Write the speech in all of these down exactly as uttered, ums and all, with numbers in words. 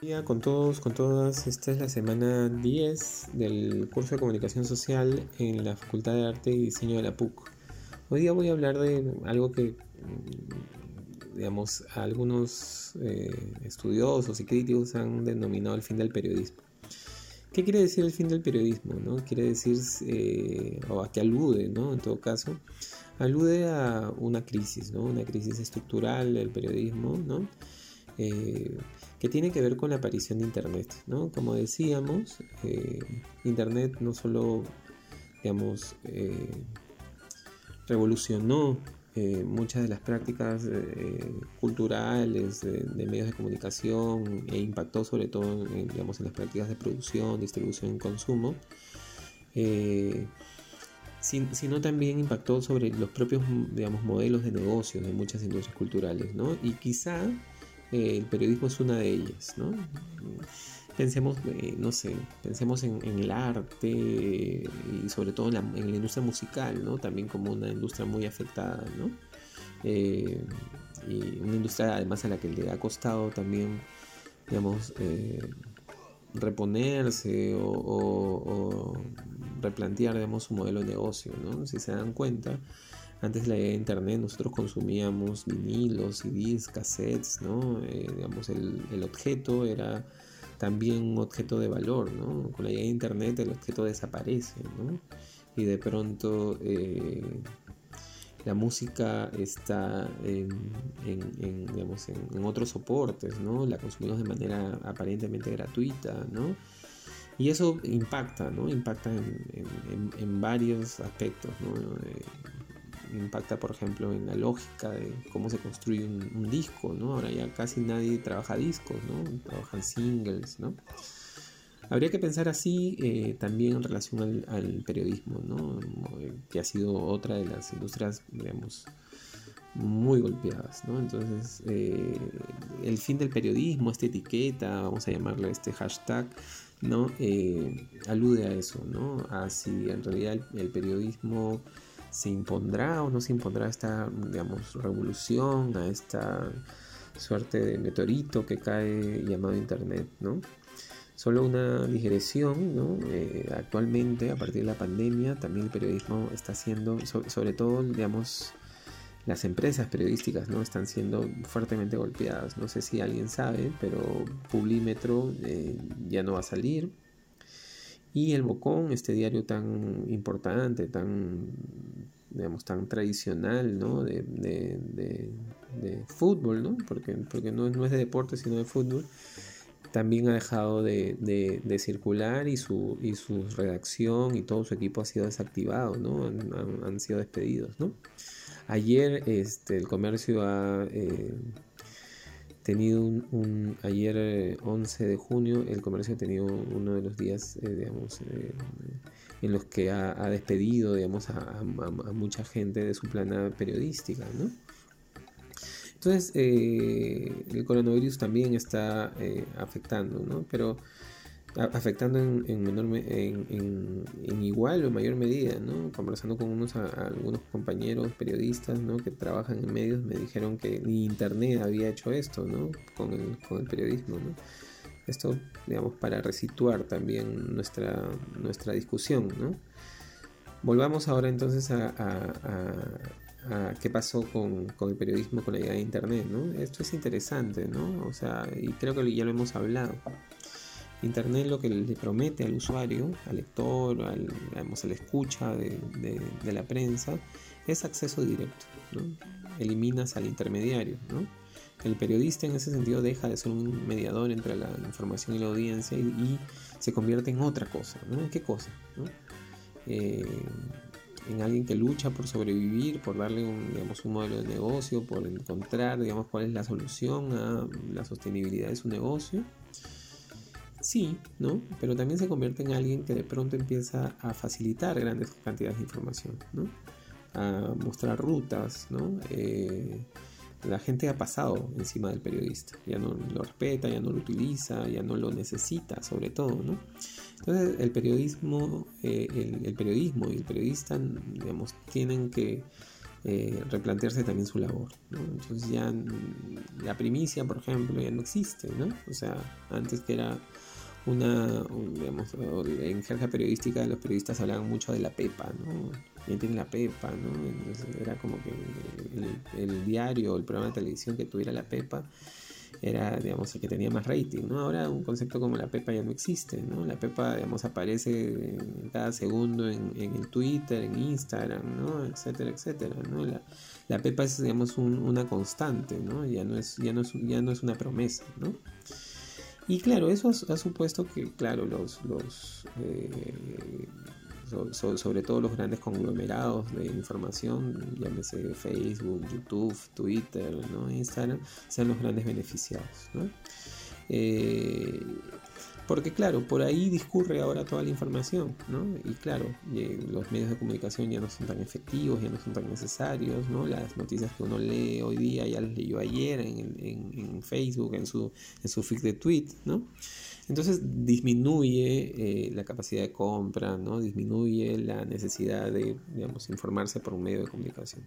Día con todos, con todas. Esta es la semana diez del curso de Comunicación Social en la Facultad de Arte y Diseño de la P U C. Hoy día voy a hablar de algo que, digamos, algunos eh, estudiosos y críticos han denominado el fin del periodismo. ¿Qué quiere decir el fin del periodismo, no? Quiere decir, eh, o a qué alude, ¿no? En todo caso, alude a una crisis, ¿no? Una crisis estructural del periodismo, ¿no? Eh, que tiene que ver con la aparición de Internet, ¿no? Como decíamos, eh, Internet no solo, digamos, eh, revolucionó eh, muchas de las prácticas eh, culturales de, de medios de comunicación e impactó sobre todo en, digamos, en las prácticas de producción, distribución y consumo, eh, sin, sino también impactó sobre los propios, digamos, modelos de negocios de muchas industrias culturales, ¿no? Y quizá eh, el periodismo es una de ellas, ¿no? Pensemos, eh, no sé, pensemos en, en el arte eh, y sobre todo en la, en la industria musical, ¿no? También como una industria muy afectada, ¿no? Eh, y una industria además a la que le ha costado también, digamos, eh, reponerse o, o, o replantear, digamos, su modelo de negocio, ¿no? Si se dan cuenta, antes de la de internet nosotros consumíamos vinilos, C Ds, cassettes, ¿no? Eh, digamos, el, el objeto era también un objeto de valor, ¿no? Con la llegada de internet el objeto desaparece, ¿no? Y de pronto eh, la música está en, en, en, digamos, en, en otros soportes, ¿no? La consumimos de manera aparentemente gratuita, ¿no? Y eso impacta, ¿no? Impacta en, en, en varios aspectos, ¿no? Eh, impacta, por ejemplo, en la lógica de cómo se construye un, un disco, ¿no? Ahora ya casi nadie trabaja discos, ¿no? Trabajan singles, ¿no? Habría que pensar así eh, también en relación al, al periodismo, ¿no? Que ha sido otra de las industrias, digamos, muy golpeadas, ¿no? Entonces, eh, el fin del periodismo, esta etiqueta, vamos a llamarle este hashtag, ¿no? Eh, alude a eso, ¿no? A si en realidad el, el periodismo se impondrá o no se impondrá esta, digamos, revolución, a esta suerte de meteorito que cae llamado internet, ¿no? Solo una digresión, ¿no? Eh, actualmente, a partir de la pandemia, también el periodismo está siendo, so, sobre todo, digamos, las empresas periodísticas, ¿no? Están siendo fuertemente golpeadas. No sé si alguien sabe, pero Publímetro eh, ya no va a salir. Y El Bocón, este diario tan importante, tan, digamos, tan tradicional, ¿no? De, de, de, de fútbol, ¿no? Porque, porque no, no es de deporte, sino de fútbol. También ha dejado de, de, de circular y su, y su redacción y todo su equipo ha sido desactivado, ¿no? Han, han, han sido despedidos, ¿no? Ayer este, el comercio ha eh, tenido un, un ayer eh, once de junio, el comercio ha tenido uno de los días, eh, digamos, eh, en los que ha, ha despedido, digamos, a, a, a mucha gente de su plana periodística, ¿no? Entonces, eh, el coronavirus también está eh, afectando, ¿no? Pero a, afectando en, en, menor, en, en, en igual o mayor medida, ¿no? Conversando con unos, a, a algunos compañeros periodistas, ¿no? Que trabajan en medios, me dijeron que ni internet había hecho esto, ¿no? Con el, con el periodismo, ¿no? Esto, digamos, para resituar también nuestra, nuestra discusión, ¿no? Volvamos ahora entonces a, a, a, a qué pasó con, con el periodismo con la llegada de internet, ¿no? Esto es interesante, ¿no? O sea, y creo que ya lo hemos hablado. Internet lo que le promete al usuario, al lector, al, digamos, al escucha de, de, de la prensa, es acceso directo, ¿no? Eliminas al intermediario, ¿no? El periodista en ese sentido deja de ser un mediador entre la información y la audiencia y, y se convierte en otra cosa, ¿no? ¿En qué cosa? ¿No? Eh, en alguien que lucha por sobrevivir, por darle un, digamos, un modelo de negocio, por encontrar, digamos, cuál es la solución a la sostenibilidad de su negocio. Sí, ¿no? Pero también se convierte en alguien que de pronto empieza a facilitar grandes cantidades de información, ¿no? A mostrar rutas, ¿no? Eh, la gente ha pasado encima del periodista, ya no lo respeta, ya no lo utiliza, ya no lo necesita, sobre todo, ¿no? Entonces el periodismo, eh, el, el periodismo y el periodista, digamos, tienen que eh, replantearse también su labor, ¿no? Entonces ya la primicia, por ejemplo, ya no existe, ¿no? O sea, antes que era una, un, digamos, en jerga periodística los periodistas hablaban mucho de la pepa, ¿no? ¿Quién tiene la pepa, ¿no? Entonces era como que el, el diario o el programa de televisión que tuviera la pepa era, digamos, el que tenía más rating, ¿no? Ahora un concepto como la pepa ya no existe, ¿no? La pepa, digamos, aparece cada segundo en, en el Twitter, en Instagram, ¿no? Etcétera, etcétera, ¿no? La, la pepa es, digamos, un, una constante, ¿no? Ya no es, ya no es, ya no es una promesa, ¿no? Y claro, eso ha, ha supuesto que, claro, los, los eh, so, so, sobre todo los grandes conglomerados de información, llámese Facebook, YouTube, Twitter, ¿no? Instagram, sean los grandes beneficiados, ¿no? Eh, porque claro, por ahí discurre ahora toda la información, ¿no? Y claro, eh, los medios de comunicación ya no son tan efectivos, ya no son tan necesarios, ¿no? Las noticias que uno lee hoy día ya las leyó ayer en, en, en Facebook, en su, en su feed de tweet, ¿no? Entonces disminuye eh, la capacidad de compra, ¿no? Disminuye la necesidad de, digamos, informarse por un medio de comunicación.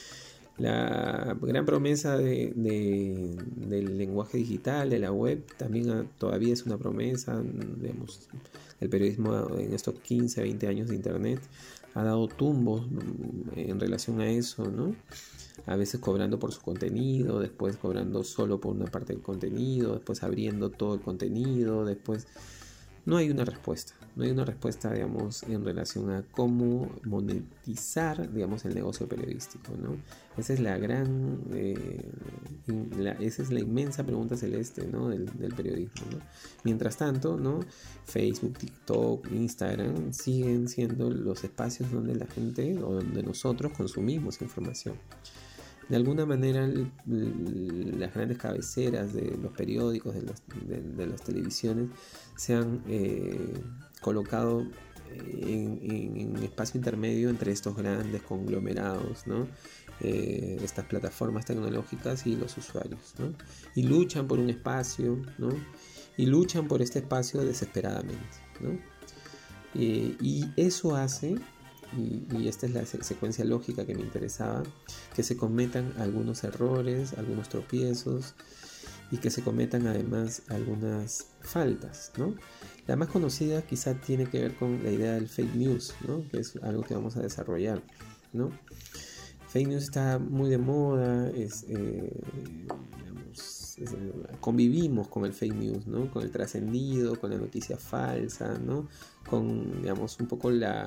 La gran promesa de, de, del lenguaje digital, de la web, también a, todavía es una promesa, digamos, el periodismo en estos quince, veinte años de internet ha dado tumbos en relación a eso, ¿no? A veces cobrando por su contenido, después cobrando solo por una parte del contenido, después abriendo todo el contenido, después... No hay una respuesta, no hay una respuesta, digamos, en relación a cómo monetizar, digamos, el negocio periodístico, ¿no? Esa es la gran, eh, la, esa es la inmensa pregunta celeste, ¿no? del, del periodismo, ¿no? Mientras tanto, ¿no? Facebook, TikTok, Instagram siguen siendo los espacios donde la gente o donde nosotros consumimos información. De alguna manera el, el, las grandes cabeceras de los periódicos, de las, de, de las televisiones, se han eh, colocado en, en, en espacio intermedio entre estos grandes conglomerados, ¿no? Eh, estas plataformas tecnológicas y los usuarios, ¿no? Y luchan por un espacio, ¿no? Y luchan por este espacio desesperadamente, ¿no? Eh, y eso hace... Y, y esta es la secuencia lógica que me interesaba, que se cometan algunos errores, algunos tropiezos y que se cometan además algunas faltas, ¿no? La más conocida quizá tiene que ver con la idea del fake news, ¿no? Que es algo que vamos a desarrollar, ¿no? Fake news está muy de moda, es, eh, digamos, es, convivimos con el fake news, ¿no? Con el trascendido, con la noticia falsa, ¿no? Con, digamos, un poco la...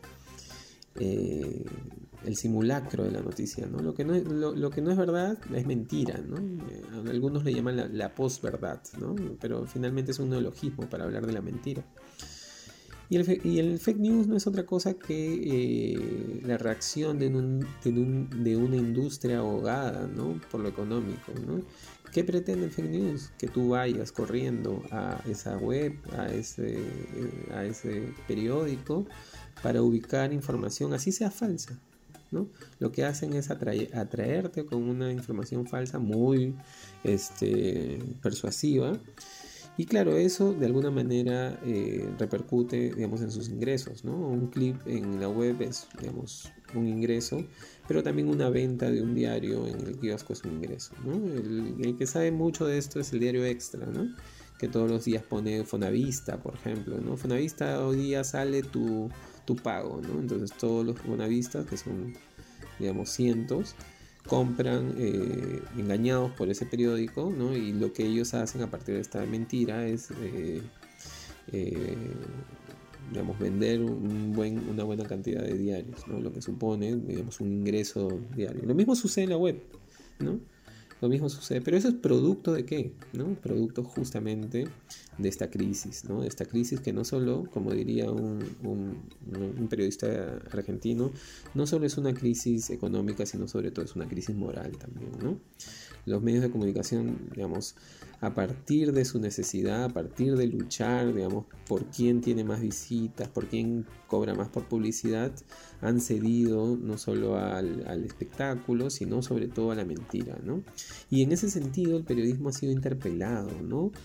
Eh, el simulacro de la noticia, ¿no? Lo que no es, lo, lo que no es verdad es mentira, ¿no? Eh, algunos le llaman la, la posverdad, ¿no? Pero finalmente es un neologismo para hablar de la mentira. Y el, y el fake news no es otra cosa que eh, la reacción de, un, de, un, de una industria ahogada, ¿no? Por lo económico, ¿no? ¿Qué pretende el fake news? Que tú vayas corriendo a esa web, a ese, a ese periódico, para ubicar información, así sea falsa, ¿no? Lo que hacen es atraer, atraerte con una información falsa muy este, persuasiva. Y claro, eso de alguna manera eh, repercute, digamos, en sus ingresos, ¿no? Un clip en la web es, digamos, un ingreso, pero también una venta de un diario en el kiosco es un ingreso, ¿no? El, el que sabe mucho de esto es el Diario Extra, ¿no? Que todos los días pone Fonavista, por ejemplo, ¿no? Fonavista hoy día sale tu, tu pago, ¿no? Entonces todos los Fonavistas, que son, digamos, cientos, compran eh, engañados por ese periódico, ¿no? Y lo que ellos hacen a partir de esta mentira es eh, eh, digamos, vender un buen, una buena cantidad de diarios, ¿no? Lo que supone, digamos, un ingreso diario. Lo mismo sucede en la web, ¿no? Lo mismo sucede, pero eso es producto de qué, ¿no? Producto justamente de esta crisis, ¿no? De esta crisis que no solo, como diría un, un, un periodista argentino, no solo es una crisis económica, sino sobre todo es una crisis moral también, ¿no? Los medios de comunicación, digamos, a partir de su necesidad, a partir de luchar, digamos, por quién tiene más visitas, por quién cobra más por publicidad, han cedido no solo al, al espectáculo, sino sobre todo a la mentira, ¿no? Y en ese sentido el periodismo ha sido interpelado, ¿no?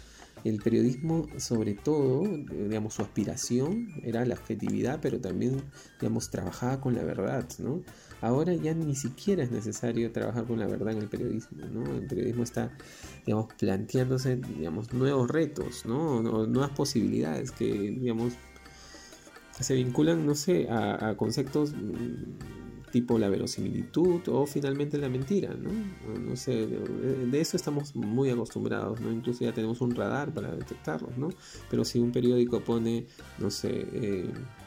el periodismo, sobre todo, digamos, su aspiración era la objetividad, pero también, digamos, trabajaba con la verdad, ¿no? Ahora ya ni siquiera es necesario trabajar con la verdad en el periodismo, ¿no? El periodismo está, digamos, planteándose, digamos, nuevos retos, ¿no? Nuevas posibilidades que, digamos, se vinculan, no sé, a, a conceptos tipo la verosimilitud o finalmente la mentira, ¿no? No sé, de, de eso estamos muy acostumbrados, ¿no? Incluso ya tenemos un radar para detectarlos, ¿no? Pero si un periódico pone, no sé, eh,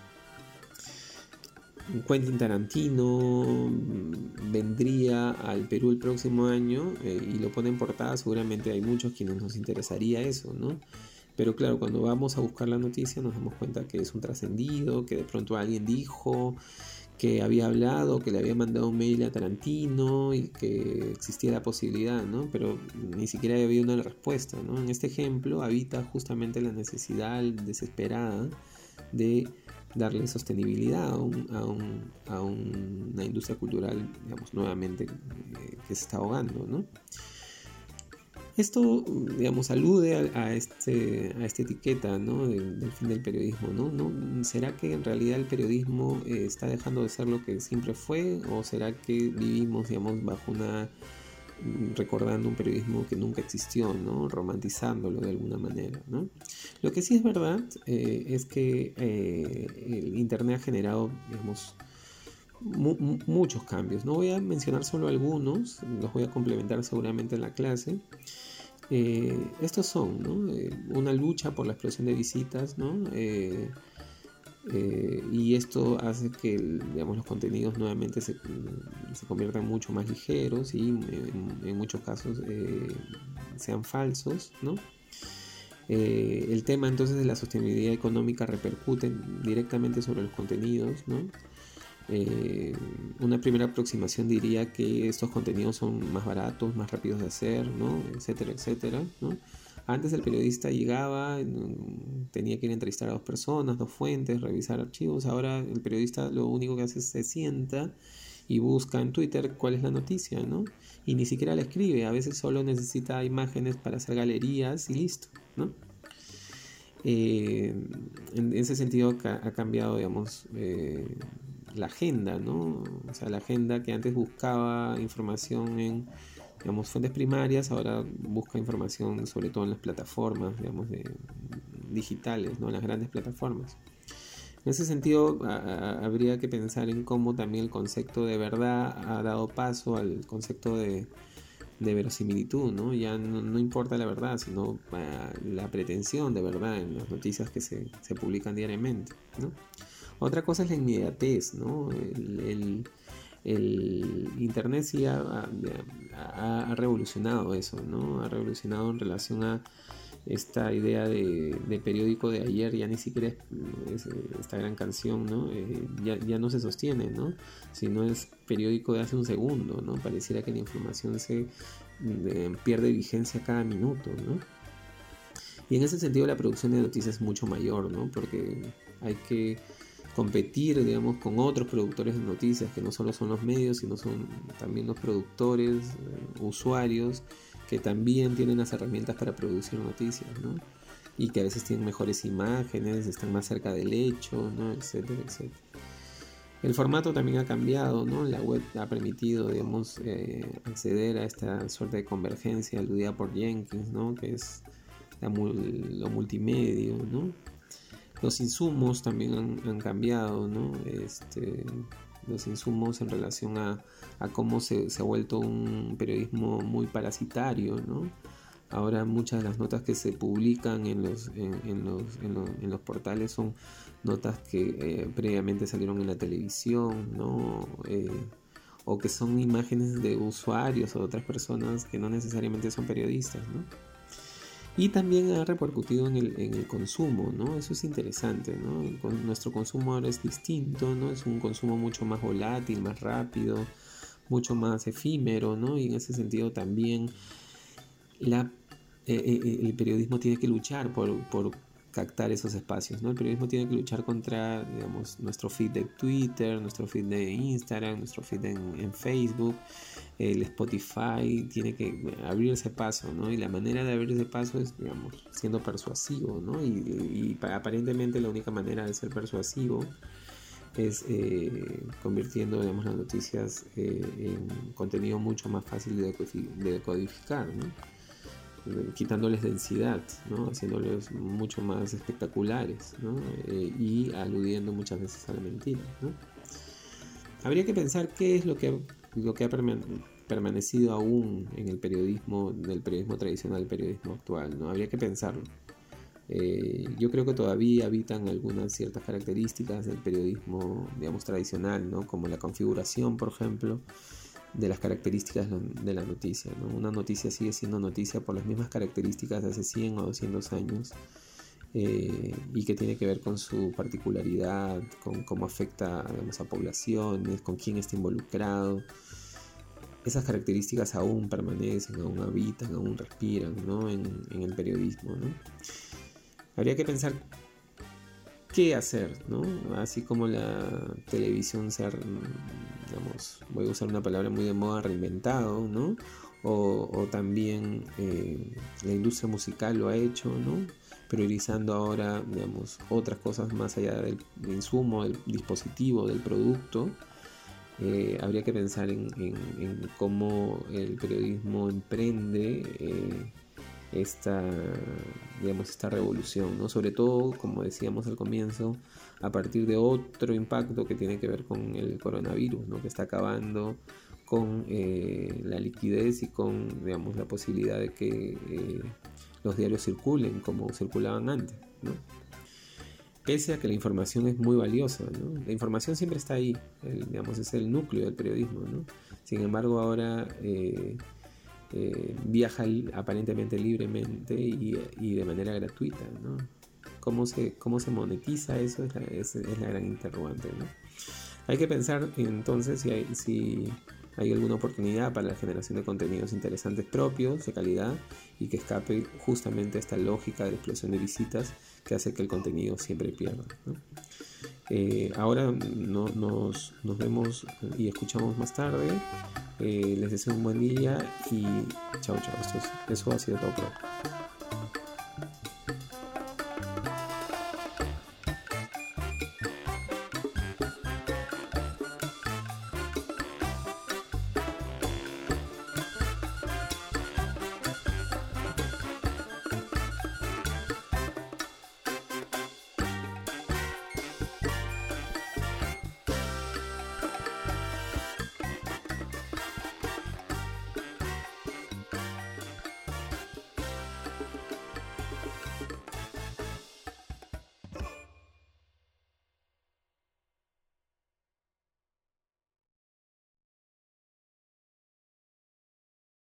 Quentin Tarantino vendría al Perú el próximo año eh, y lo pone en portada, seguramente hay muchos quienes nos interesaría eso, ¿no? Pero claro, cuando vamos a buscar la noticia nos damos cuenta que es un trascendido, que de pronto alguien dijo, que había hablado, que le había mandado un mail a Tarantino y que existía la posibilidad, ¿no? Pero ni siquiera había una respuesta, ¿no? En este ejemplo habita justamente la necesidad desesperada de darle sostenibilidad a, un, a, un, a un, una industria cultural, digamos, nuevamente eh, que se está ahogando, ¿no? Esto, digamos, alude a, a, este, a esta etiqueta, ¿no? del, del fin del periodismo, ¿no? ¿no? ¿Será que en realidad el periodismo eh, está dejando de ser lo que siempre fue? ¿O será que vivimos, digamos, bajo una... recordando un periodismo que nunca existió, ¿no? Romantizándolo de alguna manera, ¿no? Lo que sí es verdad eh, es que eh, el Internet ha generado, digamos, mu- mu- muchos cambios. No voy a mencionar solo algunos, los voy a complementar seguramente en la clase. Eh, estos son, ¿no? Eh, una lucha por la explosión de visitas, ¿no? Eh, eh, y esto hace que, digamos, los contenidos nuevamente se, se conviertan mucho más ligeros y en, en muchos casos eh, sean falsos, ¿no? Eh, el tema entonces de la sostenibilidad económica repercute directamente sobre los contenidos, ¿no? Eh, una primera aproximación diría que estos contenidos son más baratos, más rápidos de hacer, ¿no? Etcétera, etcétera, ¿no? Antes el periodista llegaba, tenía que ir a entrevistar a dos personas, dos fuentes, revisar archivos. Ahora el periodista lo único que hace es se sienta y busca en Twitter cuál es la noticia, ¿no? Y ni siquiera la escribe, a veces solo necesita imágenes para hacer galerías y listo, ¿no? Eh, en ese sentido ha cambiado, digamos, eh, la agenda, ¿no? O sea, la agenda que antes buscaba información en, digamos, fuentes primarias, ahora busca información sobre todo en las plataformas, digamos, de, digitales, ¿no? En las grandes plataformas. En ese sentido, a, a, habría que pensar en cómo también el concepto de verdad ha dado paso al concepto de, de verosimilitud, ¿no? Ya no, no importa la verdad, sino uh, la pretensión de verdad en las noticias que se, se publican diariamente, ¿no? Otra cosa es la inmediatez, ¿no? El, el, el Internet sí ha, ha, ha revolucionado eso, ¿no? Ha revolucionado en relación a esta idea de, de periódico de ayer, ya ni siquiera es, es esta gran canción, ¿no? Eh, ya, ya no se sostiene, ¿no? Sino es periódico de hace un segundo, ¿no? Pareciera que la información se eh, pierde vigencia cada minuto, ¿no? Y en ese sentido la producción de noticias es mucho mayor, ¿no? Porque hay que competir, digamos, con otros productores de noticias que no solo son los medios, sino son también los productores, eh, usuarios, que también tienen las herramientas para producir noticias, ¿no? Y que a veces tienen mejores imágenes, están más cerca del hecho, ¿no? Etcétera, etcétera. El formato también ha cambiado, ¿no? La web ha permitido, digamos, eh, acceder a esta suerte de convergencia aludida por Jenkins, ¿no? Que es la, lo multimedia, ¿no? Los insumos también han, han cambiado, ¿no? Este, los insumos en relación a, a cómo se, se ha vuelto un periodismo muy parasitario, ¿no? Ahora muchas de las notas que se publican en los, en, en los, en los, en los portales son notas que eh, previamente salieron en la televisión, ¿no? Eh, o que son imágenes de usuarios o de otras personas que no necesariamente son periodistas, ¿no? Y también ha repercutido en el, en el consumo, ¿no? Eso es interesante, ¿no? El, nuestro consumo ahora es distinto, ¿no? Es un consumo mucho más volátil, más rápido, mucho más efímero, ¿no? Y en ese sentido también la, eh, eh, el periodismo tiene que luchar por, por captar esos espacios, ¿no? El periodismo tiene que luchar contra, digamos, nuestro feed de Twitter, nuestro feed de Instagram, nuestro feed en, en Facebook, el Spotify, tiene que abrir ese paso, ¿no? Y la manera de abrir ese paso es, digamos, siendo persuasivo, ¿no? Y, y aparentemente la única manera de ser persuasivo es eh, convirtiendo, digamos, las noticias eh, en contenido mucho más fácil de decodificar, ¿no? Quitándoles densidad, ¿no? Haciéndoles mucho más espectaculares, ¿no? Eh, y aludiendo muchas veces a la mentira, ¿no? Habría que pensar qué es lo que, lo que ha permane- permanecido aún en el periodismo, del periodismo tradicional, el periodismo actual, ¿no? Habría que pensarlo. Eh, yo creo que todavía habitan algunas ciertas características del periodismo, digamos, tradicional, ¿no? Como la configuración, por ejemplo, de las características de la noticia, ¿no? Una noticia sigue siendo noticia por las mismas características de hace cien o doscientos años, eh, y que tiene que ver con su particularidad, con cómo afecta, digamos, a poblaciones, con quién está involucrado. Esas características aún permanecen, aún habitan, aún respiran, ¿no? en, en el periodismo, ¿no? Habría que pensar qué hacer, ¿no? Así como la televisión se ha, digamos, voy a usar una palabra muy de moda, reinventado, ¿no? O, o también eh, la industria musical lo ha hecho, ¿no? Priorizando ahora, digamos, otras cosas más allá del insumo, del dispositivo, del producto. Eh, habría que pensar en, en, en cómo el periodismo emprende eh, esta, digamos, esta revolución, ¿no? Sobre todo, como decíamos al comienzo, a partir de otro impacto que tiene que ver con el coronavirus, ¿no? Que está acabando con eh, la liquidez y con, digamos, la posibilidad de que eh, los diarios circulen como circulaban antes, ¿no? Pese a que la información es muy valiosa, ¿no? La información siempre está ahí, el, digamos, es el núcleo del periodismo, ¿no? Sin embargo, ahora eh, eh, viaja aparentemente libremente y, y de manera gratuita, ¿no? ¿Cómo se, cómo se monetiza eso? Es la, es, es la gran interrogante, ¿no? Hay que pensar entonces si hay, si hay alguna oportunidad para la generación de contenidos interesantes propios, de calidad, y que escape justamente a esta lógica de la explosión de visitas que hace que el contenido siempre pierda, ¿no? Eh, ahora no, nos, nos vemos y escuchamos más tarde. Eh, les deseo un buen día y chao, chao. Esto es, eso ha sido todo por hoy.